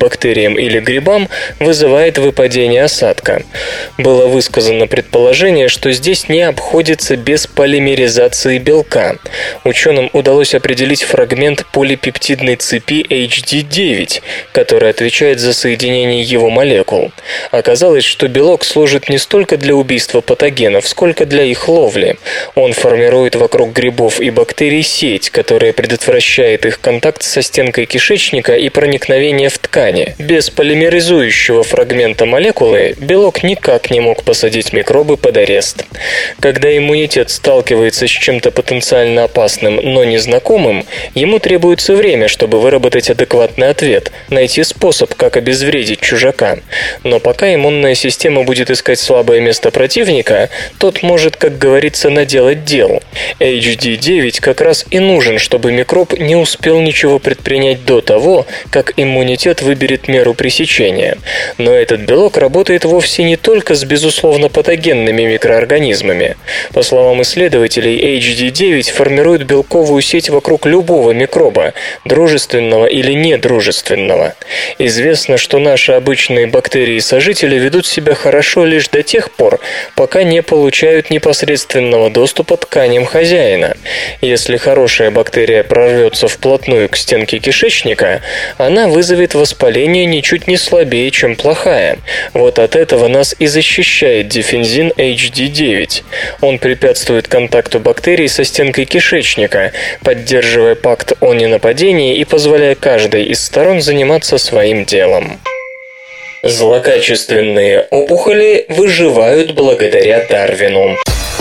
бактериям или грибам, вызывает выпадение осадка. Было высказано предположение, что здесь не обходится без полимеризации белка. Ученым удалось определить фрагмент полипептидной цепи эйч ди девять, который отвечает за соединение его молекул. Оказалось, что белок служит не столько для убийства патогенов, сколько для их ловли. Он формирует вокруг грибов и бактерий сеть, которая предотвращает их контакт со стенкой кишечника и проникновение в ткани. Без полимеризующего фрагмента молекулы белок никак не мог посадить микробы под арест. Когда иммунитет сталкивается с чем-то потенциально опасным, но незнакомым, ему требуется время, чтобы выработать адекватный ответ, найти способ, как обезвредить чужака. Но пока иммунная система будет искать слабое место противника, тот может, как говорится, наделать дел. эйч ди девять как раз и нужен, чтобы микроб не успел ничего предпринять до того, как иммунитет выберет меру пресечения. Но этот белок работает вовсе не только с безусловно патогенными микроорганизмами. По словам исследователей, эйч ди девять формирует белковую сеть вокруг любого микроба, дружественного или недружественного. Известно, что наши обычные бактерии-сожители ведут себя хорошо лишь до тех пор, пока не получают непосредственного доступа к тканям хозяина. Если хорошая бактерия прорвется вплотную к стенке кишечника, она вызовет воспаление ничуть не слабее, чем плохая. Вот от этого нас и защищает дифензин эйч ди девять. Он препятствует контакту бактерий со стенкой кишечника, поддерживая пакт о ненападении и позволяя каждой из сторон заниматься своим делом. Злокачественные опухоли выживают благодаря Дарвину.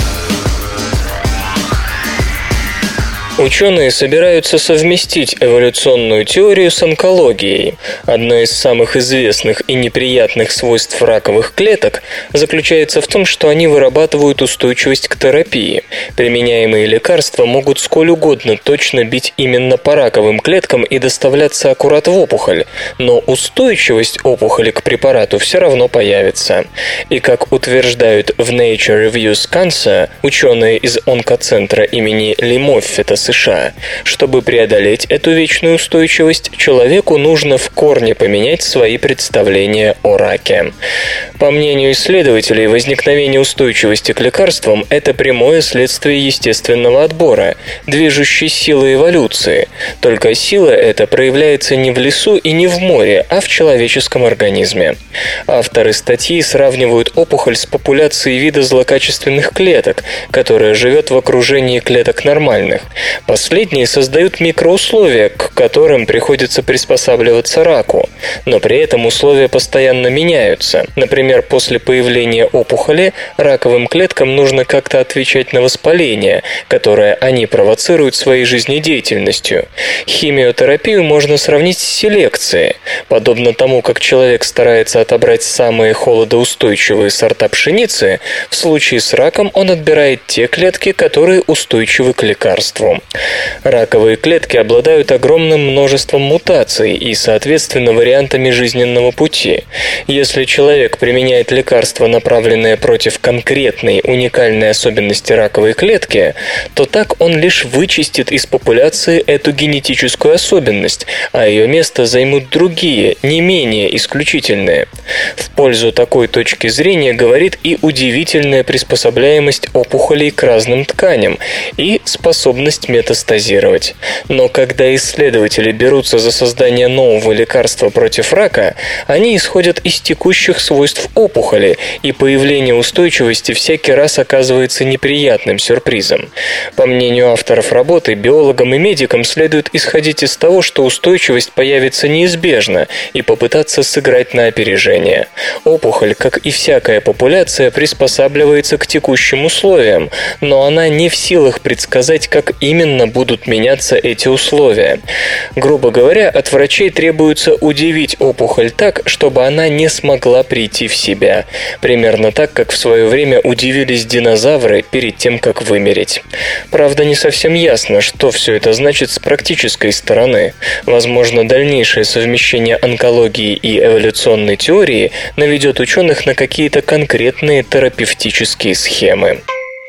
Ученые собираются совместить эволюционную теорию с онкологией. Одно из самых известных и неприятных свойств раковых клеток заключается в том, что они вырабатывают устойчивость к терапии. Применяемые лекарства могут сколь угодно точно бить именно по раковым клеткам и доставляться аккурат в опухоль, но устойчивость опухоли к препарату все равно появится. И как утверждают в Nature Reviews Cancer ученые из онкоцентра имени Ли Моффета США, чтобы преодолеть эту вечную устойчивость, человеку нужно в корне поменять свои представления о раке. По мнению исследователей, возникновение устойчивости к лекарствам – это прямое следствие естественного отбора, движущей силы эволюции. Только сила эта проявляется не в лесу и не в море, а в человеческом организме. Авторы статьи сравнивают опухоль с популяцией вида злокачественных клеток, которая живет в окружении клеток нормальных. Последние создают микроусловия, к которым приходится приспосабливаться раку, но при этом условия постоянно меняются. Например, после появления опухоли раковым клеткам нужно как-то отвечать на воспаление, которое они провоцируют своей жизнедеятельностью. Химиотерапию можно сравнить с селекцией. Подобно тому, как человек старается отобрать самые холодоустойчивые сорта пшеницы, в случае с раком он отбирает те клетки, которые устойчивы к лекарству. Раковые клетки обладают огромным множеством мутаций и, соответственно, вариантами жизненного пути. Если человек применяет лекарство, направленное против конкретной уникальной особенности раковой клетки, то так он лишь вычистит из популяции эту генетическую особенность, а ее место займут другие, не менее исключительные. В пользу такой точки зрения говорит и удивительная приспособляемость опухолей к разным тканям и способность метастазировать. Но когда исследователи берутся за создание нового лекарства против рака, они исходят из текущих свойств опухоли, и появление устойчивости всякий раз оказывается неприятным сюрпризом. По мнению авторов работы, биологам и медикам следует исходить из того, что устойчивость появится неизбежно, и попытаться сыграть на опережение. Опухоль, как и всякая популяция, приспосабливается к текущим условиям, но она не в силах предсказать, как именно Именно будут меняться эти условия. Грубо говоря, от врачей требуется удивить опухоль так, чтобы она не смогла прийти в себя. Примерно так, как в свое время удивились динозавры перед тем, как вымереть. Правда, не совсем ясно, что все это значит с практической стороны. Возможно, дальнейшее совмещение онкологии и эволюционной теории наведет ученых на какие-то конкретные терапевтические схемы.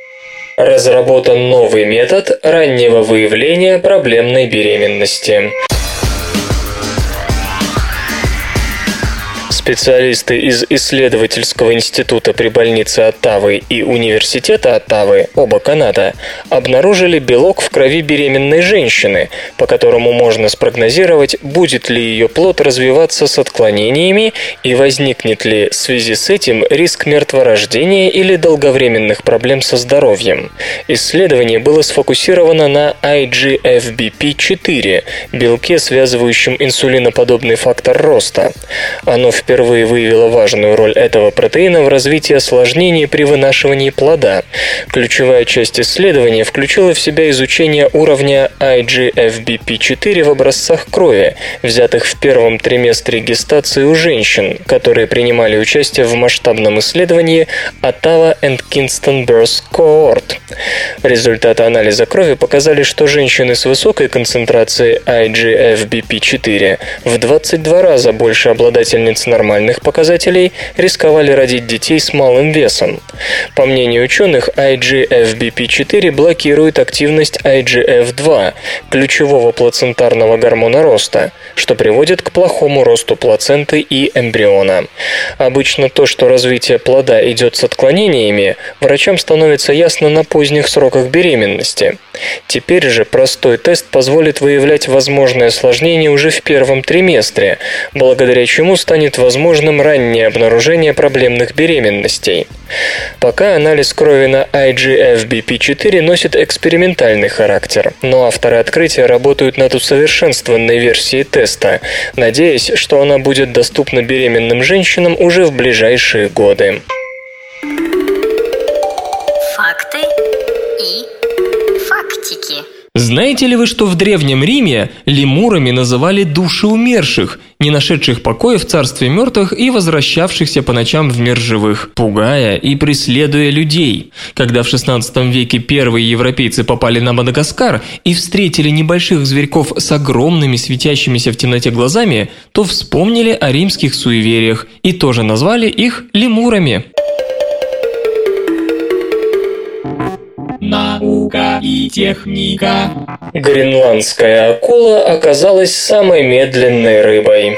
Разработан новый метод раннего выявления проблемной беременности. Специалисты из исследовательского института при больнице Оттавы и университета Оттавы, оба Канада, обнаружили белок в крови беременной женщины, по которому можно спрогнозировать, будет ли ее плод развиваться с отклонениями и возникнет ли в связи с этим риск мертворождения или долговременных проблем со здоровьем. Исследование было сфокусировано на ай джи эф би пи четыре, белке, связывающем инсулиноподобный фактор роста. Оно впервые выявило важную роль этого протеина в развитии осложнений при вынашивании плода. Ключевая часть исследования включила в себя изучение уровня ай джи эф би пи четыре в образцах крови, взятых в первом триместре гестации у женщин, которые принимали участие в масштабном исследовании Ottawa and Kingston Birth Cohort. Результаты анализа крови показали, что женщины с высокой концентрацией ай джи эф би пи четыре в двадцать два раза больше обладательниц нормальных показателей рисковали родить детей с малым весом. По мнению ученых, ай джи эф би пи четыре блокирует активность ай джи эф два, ключевого плацентарного гормона роста, что приводит к плохому росту плаценты и эмбриона. Обычно то, что развитие плода идет с отклонениями, врачам становится ясно на поздних сроках беременности. Теперь же простой тест позволит выявлять возможные осложнения уже в первом триместре, благодаря чему станет возможным раннее обнаружение проблемных беременностей. Пока анализ крови на ай джи эф би пи четыре носит экспериментальный характер, но авторы открытия работают над усовершенствованной версией теста, надеясь, что она будет доступна беременным женщинам уже в ближайшие годы. Факты и фактики. Знаете ли вы, что в Древнем Риме лемурами называли души умерших, не нашедших покоя в царстве мертвых и возвращавшихся по ночам в мир живых, пугая и преследуя людей? Когда в шестнадцатом веке первые европейцы попали на Мадагаскар и встретили небольших зверьков с огромными светящимися в темноте глазами, то вспомнили о римских суевериях и тоже назвали их лемурами. Наука и техника. Гренландская акула оказалась самой медленной рыбой.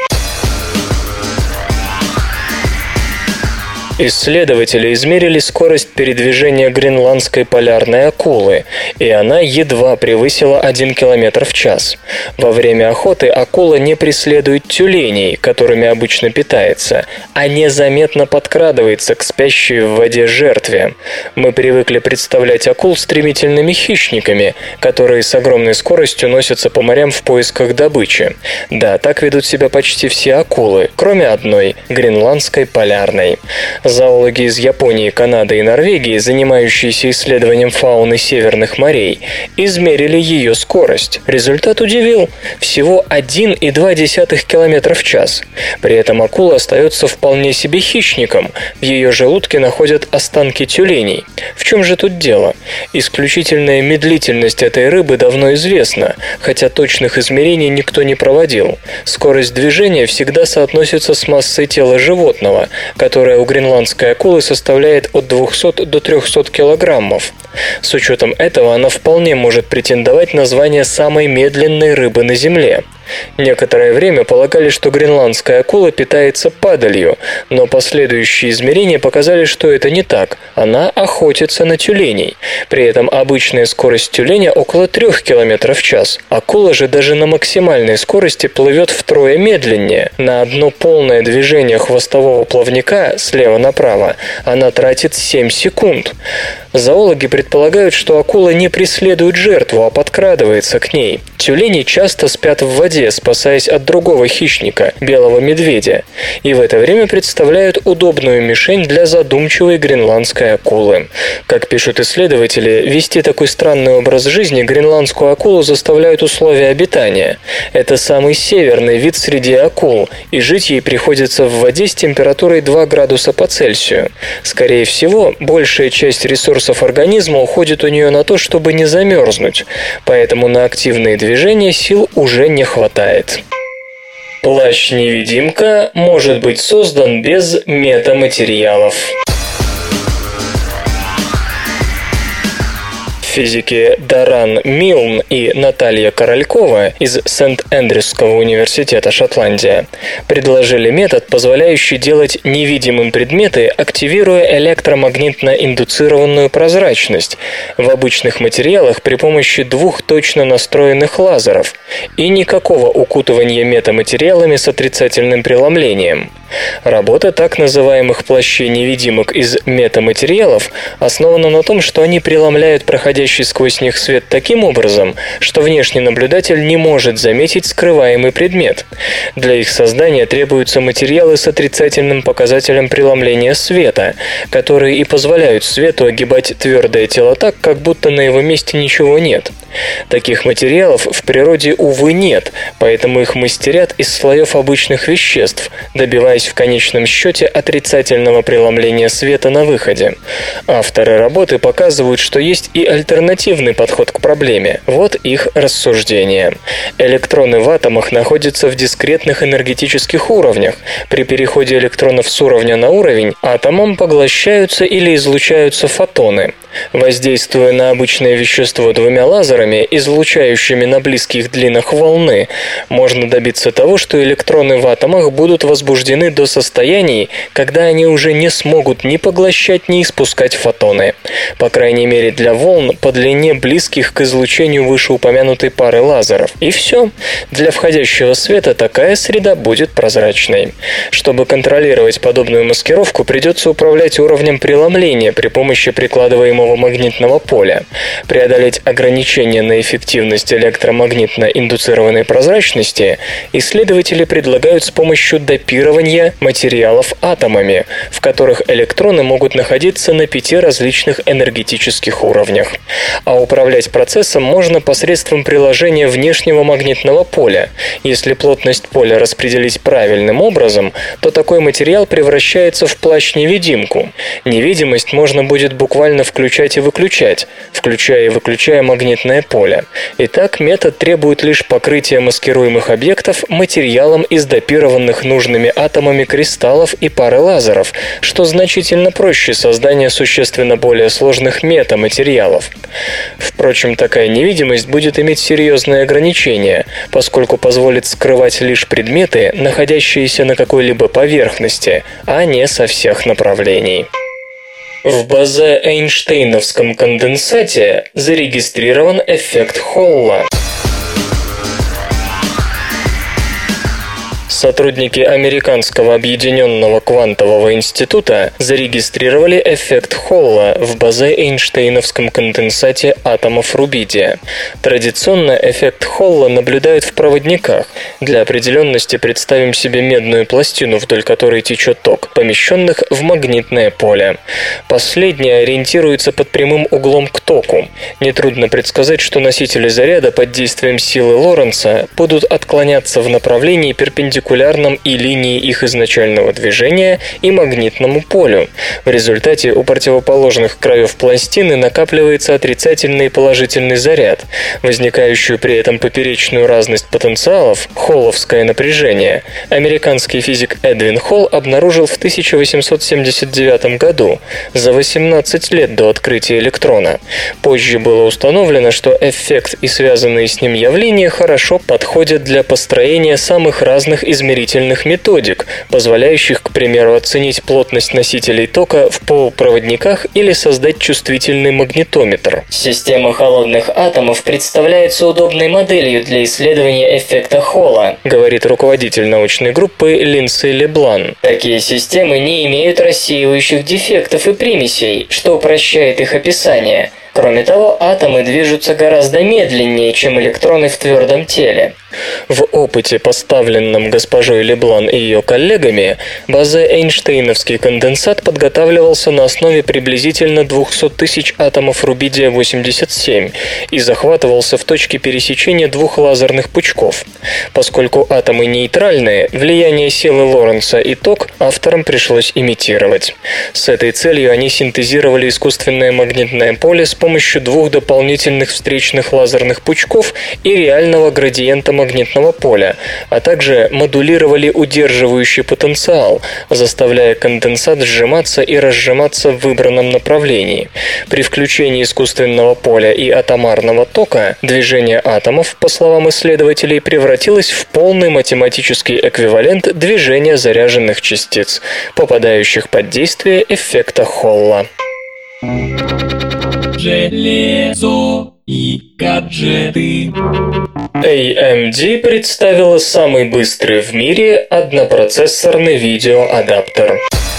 Исследователи измерили скорость передвижения гренландской полярной акулы, и она едва превысила один километр в час. Во время охоты акула не преследует тюленей, которыми обычно питается, а незаметно подкрадывается к спящей в воде жертве. Мы привыкли представлять акул стремительными хищниками, которые с огромной скоростью носятся по морям в поисках добычи. Да, так ведут себя почти все акулы, кроме одной – гренландской полярной. Зоологи из Японии, Канады и Норвегии, занимающиеся исследованием фауны северных морей, измерили ее скорость. Результат удивил – всего один и два десятых километра в час. При этом акула остается вполне себе хищником. В ее желудке находят останки тюленей. В чем же тут дело? Исключительная медлительность этой рыбы давно известна, хотя точных измерений никто не проводил. Скорость движения всегда соотносится с массой тела животного, которая у гренландской акулы составляет от двухсот до трехсот килограммов. С учетом этого она вполне может претендовать на звание самой медленной рыбы на Земле. Некоторое время полагали, что гренландская акула питается падалью, но последующие измерения показали, что это не так. Она охотится на тюленей. При этом обычная скорость тюленя около трёх километров в час. Акула же даже на максимальной скорости плывет втрое медленнее. На одно полное движение хвостового плавника слева направо она тратит семь секунд. Зоологи предполагают, что акула не преследует жертву, а подкрадывается к ней. Тюлени часто спят в воде, спасаясь от другого хищника – белого медведя, и в это время представляют удобную мишень для задумчивой гренландской акулы. Как пишут исследователи, вести такой странный образ жизни гренландскую акулу заставляют условия обитания. Это самый северный вид среди акул, и жить ей приходится в воде с температурой два градуса по Цельсию. Скорее всего, большая часть ресурсов организма уходит у нее на то, чтобы не замерзнуть, поэтому на активные движения сил уже не хватает. Плащ-невидимка может быть создан без метаматериалов. физики Даран Милн и Наталья Королькова из Сент-Эндрюсского университета, Шотландия, предложили метод, позволяющий делать невидимым предметы, активируя электромагнитно-индуцированную прозрачность в обычных материалах при помощи двух точно настроенных лазеров и никакого укутывания метаматериалами с отрицательным преломлением. Работа так называемых плащей-невидимок из метаматериалов основана на том, что они преломляют проходящий сквозь них свет таким образом, что внешний наблюдатель не может заметить скрываемый предмет. Для их создания требуются материалы с отрицательным показателем преломления света, которые и позволяют свету огибать твердое тело так, как будто на его месте ничего нет. Таких материалов в природе, увы, нет, поэтому их мастерят из слоев обычных веществ, добиваясь в конечном счете отрицательного преломления света на выходе. Авторы работы показывают, что есть и альтернативный подход к проблеме. Вот их рассуждение. Электроны в атомах находятся в дискретных энергетических уровнях. При переходе электронов с уровня на уровень атомом поглощаются или излучаются фотоны. Воздействуя на обычное вещество двумя лазерами, излучающими на близких длинах волны, можно добиться того, что электроны в атомах будут возбуждены до состояний, когда они уже не смогут ни поглощать, ни испускать фотоны. По крайней мере для волн по длине близких к излучению вышеупомянутой пары лазеров. И все. Для входящего света такая среда будет прозрачной. Чтобы контролировать подобную маскировку, придется управлять уровнем преломления при помощи прикладываемого магнитного поля. Преодолеть ограничения на эффективность электромагнитно-индуцированной прозрачности исследователи предлагают с помощью допирования материалов атомами, в которых электроны могут находиться на пяти различных энергетических уровнях. А управлять процессом можно посредством приложения внешнего магнитного поля. Если плотность поля распределить правильным образом, то такой материал превращается в плащ-невидимку. Невидимость можно будет буквально включать и выключать, включая и выключая магнитное поле. Итак, метод требует лишь покрытия маскируемых объектов материалом из допированных нужными атомами кристаллов и пары лазеров, что значительно проще создания существенно более сложных метаматериалов. Впрочем, такая невидимость будет иметь серьезные ограничения, поскольку позволит скрывать лишь предметы, находящиеся на какой-либо поверхности, а не со всех направлений. В Бозе-Эйнштейновском конденсате зарегистрирован эффект Холла. Сотрудники Американского объединенного квантового института зарегистрировали эффект Холла в Бозе-Эйнштейновском конденсате атомов рубидия. Традиционно эффект Холла наблюдают в проводниках. Для определенности представим себе медную пластину, вдоль которой течет ток, помещенных в магнитное поле. Последнее ориентируется под прямым углом к току. Нетрудно предсказать, что носители заряда под действием силы Лоренца будут отклоняться в направлении перпендикулярном и линии их изначального движения и магнитному полю. В результате у противоположных краев пластины накапливается отрицательный и положительный заряд. Возникающую при этом поперечную разность потенциалов, холловское напряжение, американский физик Эдвин Холл обнаружил в тысяча восемьсот семьдесят девятом году, за восемнадцать лет до открытия электрона. Позже было установлено, что эффект и связанные с ним явления хорошо подходят для построения самых разных измерительных методик, позволяющих, к примеру, оценить плотность носителей тока в полупроводниках или создать чувствительный магнитометр. Система холодных атомов представляется удобной моделью для исследования эффекта Холла, говорит руководитель научной группы Линдсей Леблан. Такие системы не имеют рассеивающих дефектов и примесей, что упрощает их описание. Кроме того, атомы движутся гораздо медленнее, чем электроны в твердом теле. В опыте, поставленном госпожой Леблан и ее коллегами, Бозе-Эйнштейновский конденсат подготавливался на основе приблизительно двести тысяч атомов рубидия восемьдесят семь и захватывался в точке пересечения двух лазерных пучков. Поскольку атомы нейтральные, влияние силы Лоренца и ток авторам пришлось имитировать. С этой целью они синтезировали искусственное магнитное поле с помощью двух дополнительных встречных лазерных пучков и реального градиента магнитного электромагнитного поля, а также модулировали удерживающий потенциал, заставляя конденсат сжиматься и разжиматься в выбранном направлении. При включении искусственного поля и атомарного тока движение атомов, по словам исследователей, превратилось в полный математический эквивалент движения заряженных частиц, попадающих под действие эффекта Холла. Железо и гаджеты. эй эм ди представила самый быстрый в мире однопроцессорный видеоадаптер.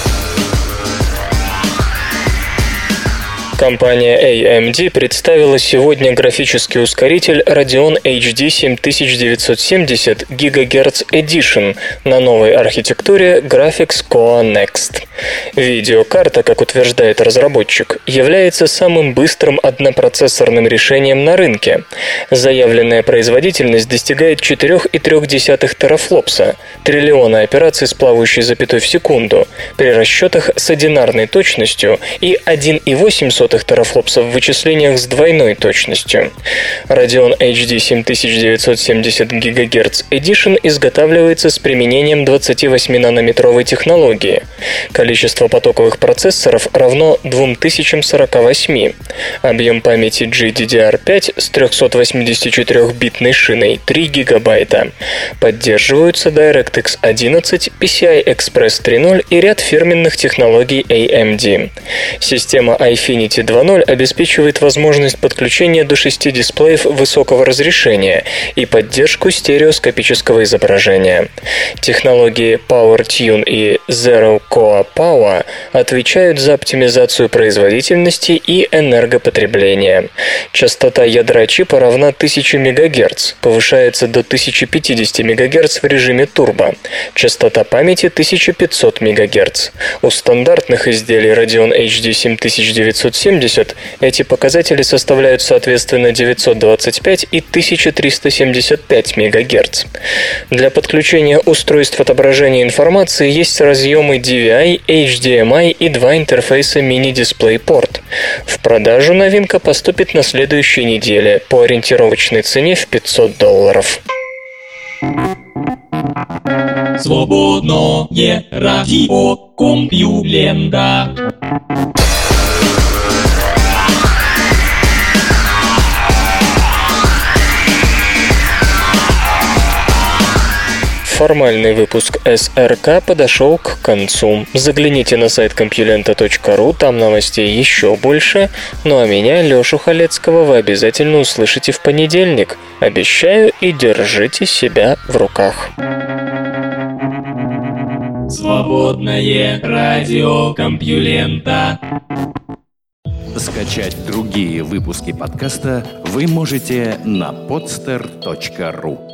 Компания эй эм ди представила сегодня графический ускоритель Radeon эйч ди семь тысяч девятьсот семьдесят Gigahertz Edition на новой архитектуре Graphics Core Next. Видеокарта, как утверждает разработчик, является самым быстрым однопроцессорным решением на рынке. Заявленная производительность достигает четыре целых три десятых терафлопса, триллиона операций с плавающей запятой в секунду, при расчетах с одинарной точностью и один целых восемь десятых терафлопса в вычислениях с двойной точностью. Radeon эйч ди семь тысяч девятьсот семьдесят Gigahertz Edition изготавливается с применением двадцативосьминанометровой технологии. Количество потоковых процессоров равно две тысячи сорок восемь. Объем памяти джи ди ди ар пять с трехсотвосьмидесятичетырёхбитной шиной три гигабайта. Поддерживаются DirectX одиннадцать, пи си ай Express три ноль и ряд фирменных технологий эй эм ди. Система Eyefinity два ноль обеспечивает возможность подключения до шести дисплеев высокого разрешения и поддержку стереоскопического изображения. Технологии PowerTune и Zero Core Power отвечают за оптимизацию производительности и энергопотребления. Частота ядра чипа равна тысяче мегагерц, повышается до тысячи пятидесяти мегагерц в режиме турбо. Частота памяти тысяча пятьсот мегагерц. У стандартных изделий Radeon эйч ди семь тысяч девятьсот семьдесят эти показатели составляют соответственно девятьсот двадцать пять и тысяча триста семьдесят пять мегагерц. Для подключения устройств отображения информации есть разъемы ди ви ай, эйч ди эм ай и два интерфейса мини-DisplayPort. В продажу новинка поступит на следующей неделе по ориентировочной цене в пятьсот долларов. Свободное радио Компьюлента. Формальный выпуск эс эр ка подошел к концу. Загляните на сайт компьюлента точка ру, там новостей еще больше. Ну а меня, Лешу Халецкого, вы обязательно услышите в понедельник. Обещаю, и держите себя в руках. Свободное радио Компьюлента. Скачать другие выпуски подкаста вы можете на podster точка ру.